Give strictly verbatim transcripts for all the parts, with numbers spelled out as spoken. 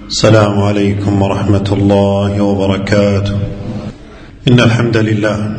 السلام عليكم ورحمة الله وبركاته. إن الحمد لله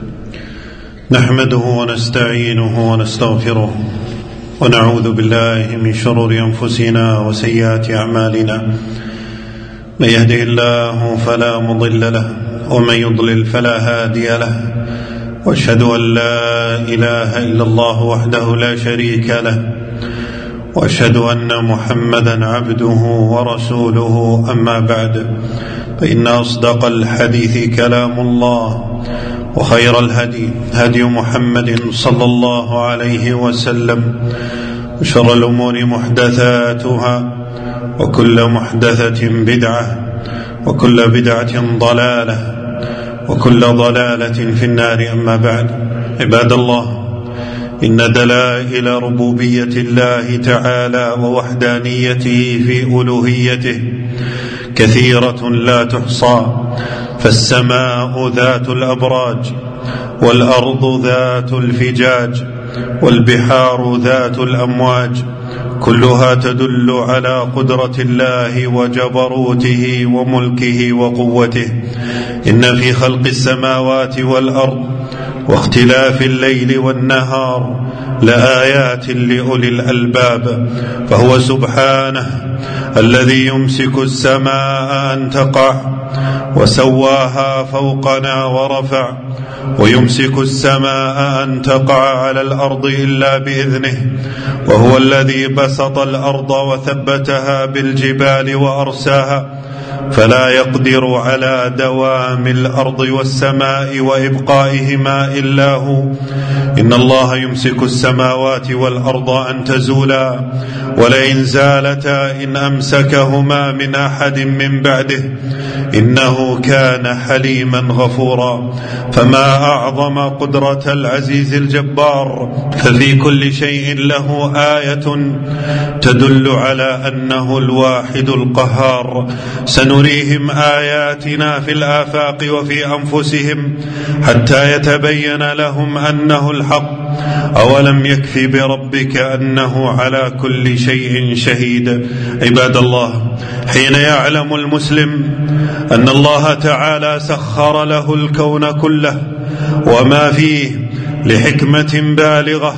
نحمده ونستعينه ونستغفره ونعوذ بالله من شرور أنفسنا وسيئات أعمالنا. من يهده الله فلا مضل له ومن يضلل فلا هادي له، وأشهد أن لا إله إلا الله وحده لا شريك له، وأشهد أن محمدا عبده ورسوله. أما بعد، فإن أصدق الحديث كلام الله، وخير الهدي هدي محمد صلى الله عليه وسلم، وشر الأمور محدثاتها، وكل محدثة بدعة، وكل بدعة ضلالة، وكل ضلالة في النار. أما بعد، عباد الله، إن دلائل ربوبية الله تعالى ووحدانيته في ألوهيته كثيرة لا تحصى، فالسماء ذات الأبراج، والأرض ذات الفجاج، والبحار ذات الأمواج، كلها تدل على قدرة الله وجبروته وملكه وقوته. إن في خلق السماوات والأرض واختلاف الليل والنهار لآيات لأولي الألباب، فهو سبحانه الذي يمسك السماء أن تقع وسواها فوقنا ورفع، ويمسك السماء أن تقع على الأرض إلا بإذنه، وهو الذي بسط الأرض وثبتها بالجبال وأرساها، فلا يقدر على دوام الأرض والسماء وإبقائهما إلا هو. إن الله يمسك السماوات والأرض أن تزولا، ولئن زالتا إن أمسكهما من أحد من بعده، إنه كان حليما غفورا. فما أعظم قدرة العزيز الجبار، ففي كل شيء له آية تدل على أنه الواحد القهار. سنريهم آياتنا في الآفاق وفي أنفسهم حتى يتبين لهم أنه الحق. أولم يكف بربك أنه على كل شيء شهيد. عباد الله، حين يعلم المسلم أن الله تعالى سخر له الكون كله وما فيه لحكمة بالغة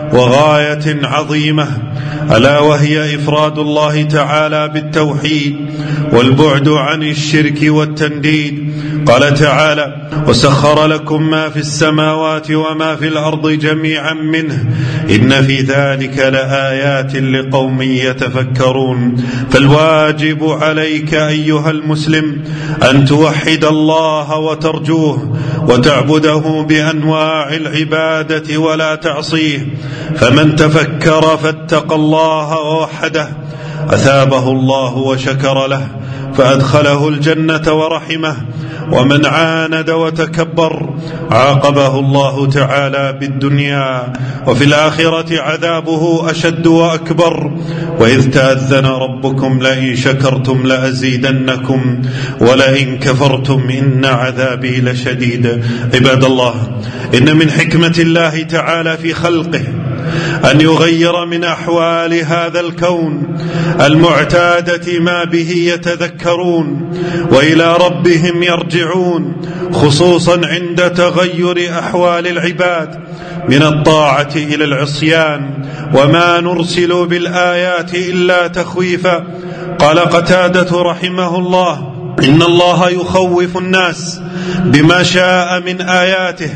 وغاية عظيمة، ألا وهي إفراد الله تعالى بالتوحيد والبعد عن الشرك والتنديد. قال تعالى: وسخر لكم ما في السماوات وما في الأرض جميعا منه إن في ذلك لآيات لقوم يتفكرون. فالواجب عليك أيها المسلم أن توحد الله وترجوه وتعبده بأنواع العبادة ولا تعصيه. فمن تفكر فاتقى الله ووحده أثابه الله وشكر له فأدخله الجنة ورحمه، ومن عاند وتكبر عاقبه الله تعالى بالدنيا، وفي الآخرة عذابه أشد وأكبر. وإذ تأذن ربكم لئن شكرتم لأزيدنكم ولئن كفرتم إن عذابي لشديد. عباد الله، إن من حكمة الله تعالى في خلقه أن يغير من أحوال هذا الكون المعتادة ما به يتذكرون وإلى ربهم يرجعون، خصوصا عند تغير أحوال العباد من الطاعة إلى العصيان. وما نرسل بالآيات إلا تخويفا. قال قتادة رحمه الله: إن الله يخوف الناس بما شاء من آياته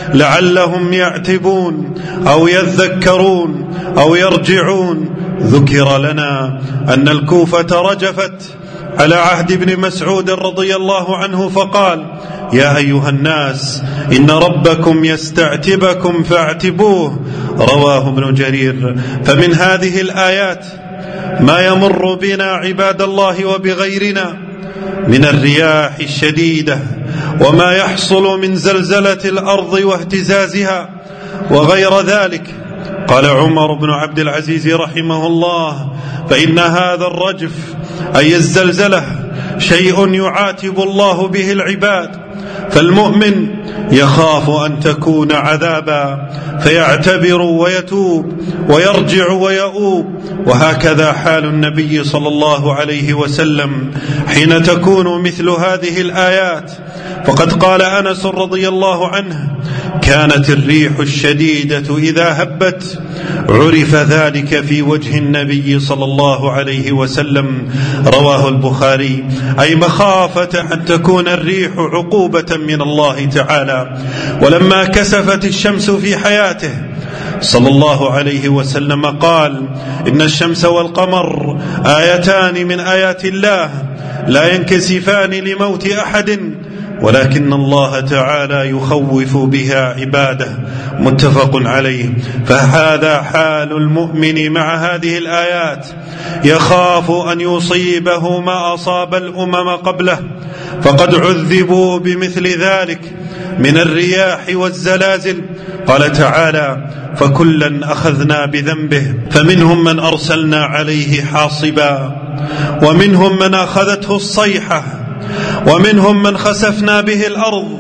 لعلهم يعتبون أو يذكرون أو يرجعون. ذكر لنا أن الكوفة رجفت على عهد ابن مسعود رضي الله عنه فقال: يا أيها الناس إن ربكم يستعتبكم فاعتبوه. رواه ابن جرير. فمن هذه الآيات ما يمر بنا عباد الله وبغيرنا من الرياح الشديدة، وما يحصل من زلزلة الأرض واهتزازها وغير ذلك. قال عمر بن عبد العزيز رحمه الله: فإن هذا الرجف أي الزلزلة شيء يعاتب الله به العباد، فالمؤمن يخاف أن تكون عذابا فيعتبر ويتوب ويرجع ويؤوب. وهكذا حال النبي صلى الله عليه وسلم حين تكون مثل هذه الآيات. فقد قال أنس رضي الله عنه: كانت الريح الشديدة إذا هبت عرف ذلك في وجه النبي صلى الله عليه وسلم. رواه البخاري. أي مخافة أن تكون الريح عقوبة من الله تعالى. ولما كسفت الشمس في حياته صلى الله عليه وسلم قال: إن الشمس والقمر آيتان من آيات الله لا ينكسفان لموت أحد ولكن الله تعالى يخوف بها عباده. متفق عليه. فهذا حال المؤمن مع هذه الآيات، يخاف أن يصيبه ما أصاب الأمم قبله، فقد عذبوا بمثل ذلك من الرياح والزلازل. قال تعالى: فكلا أخذنا بذنبه فمنهم من أرسلنا عليه حاصبا ومنهم من أخذته الصيحة ومنهم من خسفنا به الأرض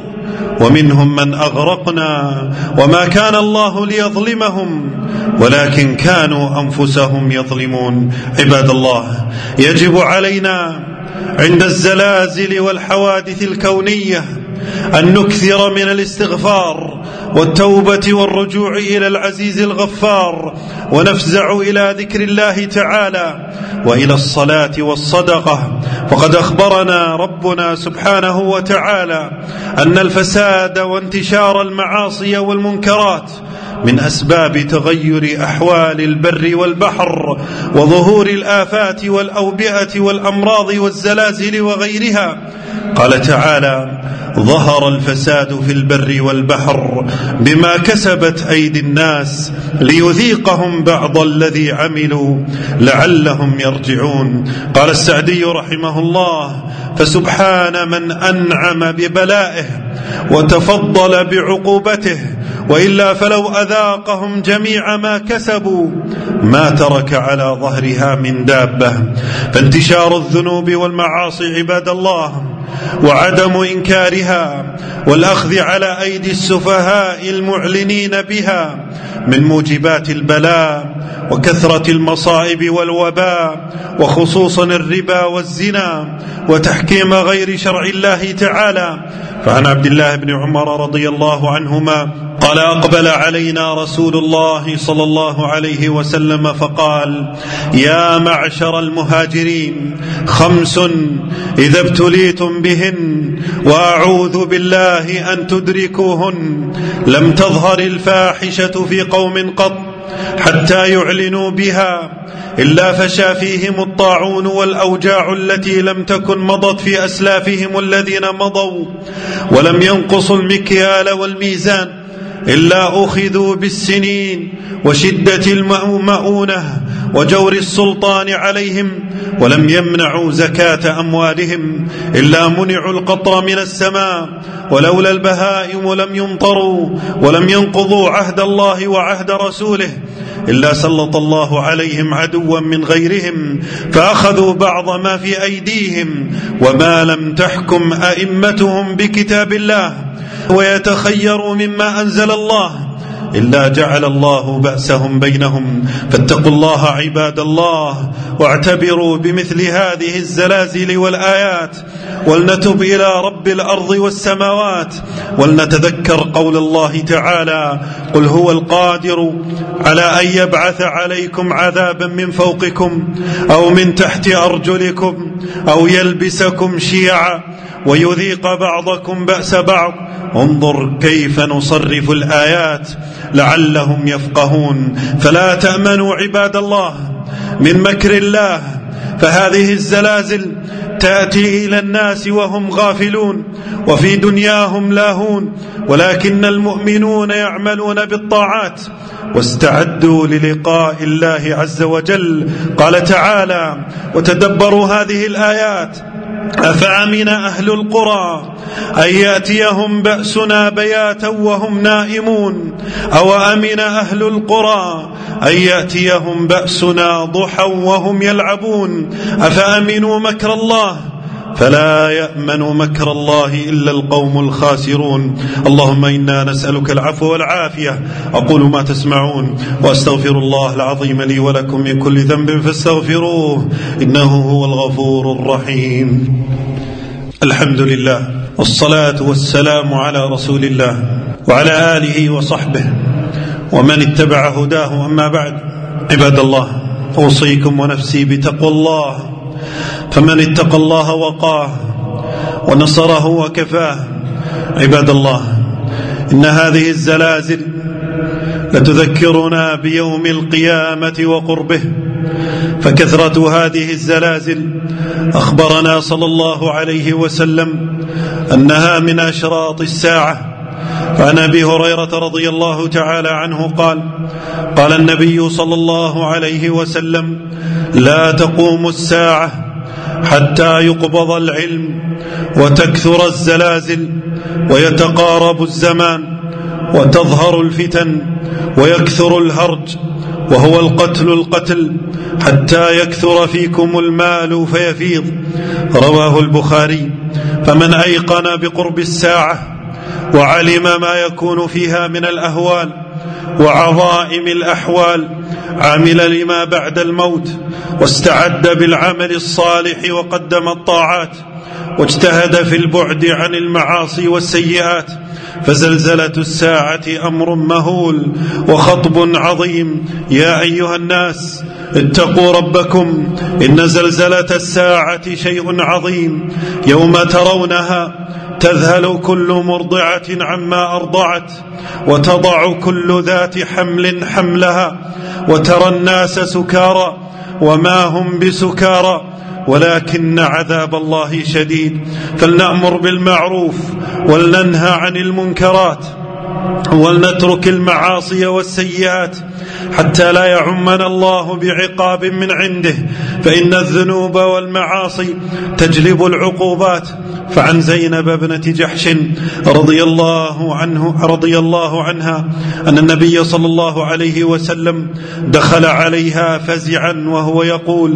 ومنهم من أغرقنا وما كان الله ليظلمهم ولكن كانوا أنفسهم يظلمون. عباد الله، يجب علينا عند الزلازل والحوادث الكونية أن نكثر من الاستغفار والتوبة والرجوع إلى العزيز الغفار، ونفزع إلى ذكر الله تعالى وإلى الصلاة والصدقة. فقد أخبرنا ربنا سبحانه وتعالى أن الفساد وانتشار المعاصي والمنكرات من أسباب تغير أحوال البر والبحر وظهور الآفات والأوبئة والأمراض والزلازل وغيرها. قال تعالى: ظهر الفساد في البر والبحر بما كسبت أيدي الناس ليذيقهم بعض الذي عملوا لعلهم يرجعون. قال السعدي رحمه الله: فسبحان من أنعم ببلائه وتفضل بعقوبته، وإلا فلو أذاقهم جميع ما كسبوا ما ترك على ظهرها من دابة. فانتشار الذنوب والمعاصي عباد الله وعدم إنكارها والأخذ على أيدي السفهاء المعلنين بها من موجبات البلاء وكثرة المصائب والوباء، وخصوصا الربا والزنا وتحكيم غير شرع الله تعالى. فعن عبد الله بن عمر رضي الله عنهما قال: أقبل علينا رسول الله صلى الله عليه وسلم فقال: يا معشر المهاجرين، خمس إذا ابتليتم بهن وأعوذ بالله أن تدركوهن لم تظهر الفاحشة في قوم قط حتى يعلنوا بها إلا فشى فيهم الطاعون والأوجاع التي لم تكن مضت في أسلافهم الذين مضوا، ولم ينقصوا المكيال والميزان إلا أخذوا بالسنين وشدة المؤونة وجور السلطان عليهم، ولم يمنعوا زكاة أموالهم إلا منعوا القطر من السماء، ولولا البهائم لم يمطروا، ولم ينقضوا عهد الله وعهد رسوله إلا سلط الله عليهم عدوا من غيرهم فأخذوا بعض ما في أيديهم، وما لم تحكم أئمتهم بكتاب الله ويتخيروا مما أنزل الله إلا جعل الله بأسهم بينهم. فاتقوا الله عباد الله، واعتبروا بمثل هذه الزلازل والآيات، ولنتب إلى رب الأرض والسماوات، ولنتذكر قول الله تعالى: قل هو القادر على أن يبعث عليكم عذابا من فوقكم أو من تحت أرجلكم أو يلبسكم شيعا ويذيق بعضكم بأس بعض. انظر كيف نصرف الآيات لعلهم يفقهون. فلا تأمنوا عباد الله من مكر الله، فهذه الزلازل تأتي إلى الناس وهم غافلون وفي دنياهم لاهون، ولكن المؤمنون يعملون بالطاعات واستعدوا للقاء الله عز وجل. قال تعالى: وتدبروا هذه الآيات أفأمن أهل القرى أن يأتيهم بأسنا بياتا وهم نائمون أو أمن أهل القرى أن يأتيهم بأسنا ضحى وهم يلعبون أفأمنوا مكر الله فلا يأمن مكر الله إلا القوم الخاسرون. اللهم إنا نسألك العفو والعافية. أقول ما تسمعون وأستغفر الله العظيم لي ولكم من كل ذنب فاستغفروه إنه هو الغفور الرحيم. الحمد لله والصلاة والسلام على رسول الله وعلى آله وصحبه ومن اتبع هداه. أما بعد، عباد الله، أوصيكم ونفسي بتقوى الله، فمن اتقى الله وقاه ونصره وكفاه. عباد الله، إن هذه الزلازل لتذكرنا بيوم القيامة وقربه، فكثرة هذه الزلازل أخبرنا صلى الله عليه وسلم أنها من أشراط الساعة. فعن أبي هريرة رضي الله تعالى عنه قال: قال النبي صلى الله عليه وسلم: لا تقوم الساعة حتى يقبض العلم وتكثر الزلازل ويتقارب الزمان وتظهر الفتن ويكثر الهرج وهو القتل القتل حتى يكثر فيكم المال فيفيض. رواه البخاري. فمن أيقن بقرب الساعة وعلم ما يكون فيها من الأهوال وعظائم الأحوال عمل لما بعد الموت، واستعد بالعمل الصالح وقدم الطاعات، واجتهد في البعد عن المعاصي والسيئات. فزلزلة الساعة أمر مهول وخطب عظيم. يا أيها الناس اتقوا ربكم، إن زلزلة الساعة شيء عظيم. يوم ترونها تذهل كل مرضعة عما أرضعت وتضع كل ذات حمل حملها، وترى الناس سكارى وما هم بسكارى ولكن عذاب الله شديد. فلنأمر بالمعروف ولننهى عن المنكرات ولنترك المعاصي والسيئات حتى لا يعمنا الله بعقاب من عنده، فإن الذنوب والمعاصي تجلب العقوبات. فعن زينب بنت جحش رضي الله عنه رضي الله عنها أن النبي صلى الله عليه وسلم دخل عليها فزعا وهو يقول: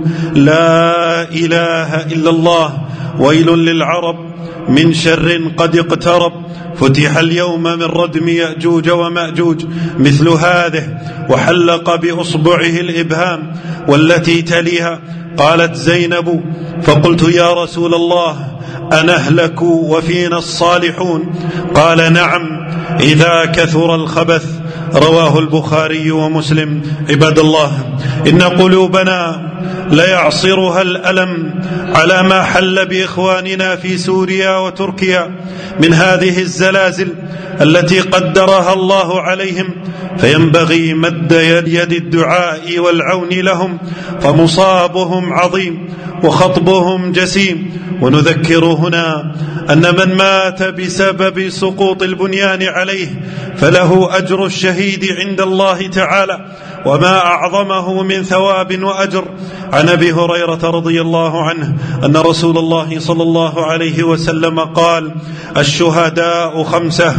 لا إله إلا الله، ويل للعرب من شر قد اقترب، فتح اليوم من ردم يأجوج ومأجوج مثل هذه، وحلق بأصبعه الإبهام والتي تليها. قالت زينب: فقلت يا رسول الله أنهلك وفينا الصالحون؟ قال: نعم، إذا كثر الخبث. رواه البخاري ومسلم. عباد الله، إن قلوبنا ليعصرها الألم على ما حل بإخواننا في سوريا وتركيا من هذه الزلازل التي قدرها الله عليهم، فينبغي مد يد الدعاء والعون لهم، فمصابهم عظيم وخطبهم جسيم. ونذكر هنا أن من مات بسبب سقوط البنيان عليه فله أجر الشهيد عند الله تعالى، وما أعظمه من ثواب وأجر. عن أبي هريرة رضي الله عنه أن رسول الله صلى الله عليه وسلم قال: الشهداء خمسة: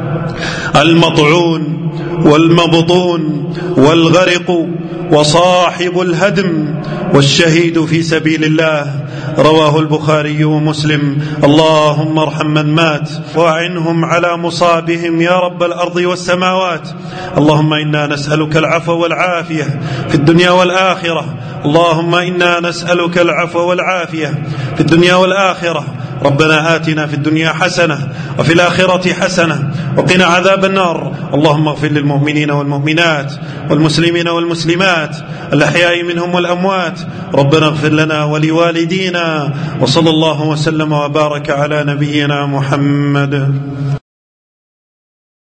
المطعون والمبطون والغرق وصاحب الهدم والشهيد في سبيل الله. رواه البخاري ومسلم. اللهم ارحم من مات واعنهم على مصابهم يا رب الأرض والسماوات. اللهم إنا نسألك العفو والعافية في الدنيا والآخرة. اللهم إنا نسألك العفو والعافية في الدنيا والآخرة. ربنا آتنا في الدنيا حسنة وفي الآخرة حسنة وقنا عذاب النار. اللهم اغفر للمؤمنين والمؤمنات والمسلمين والمسلمات الأحياء منهم والأموات. ربنا اغفر لنا ولوالدينا، وصلى الله وسلم وبارك على نبينا محمد.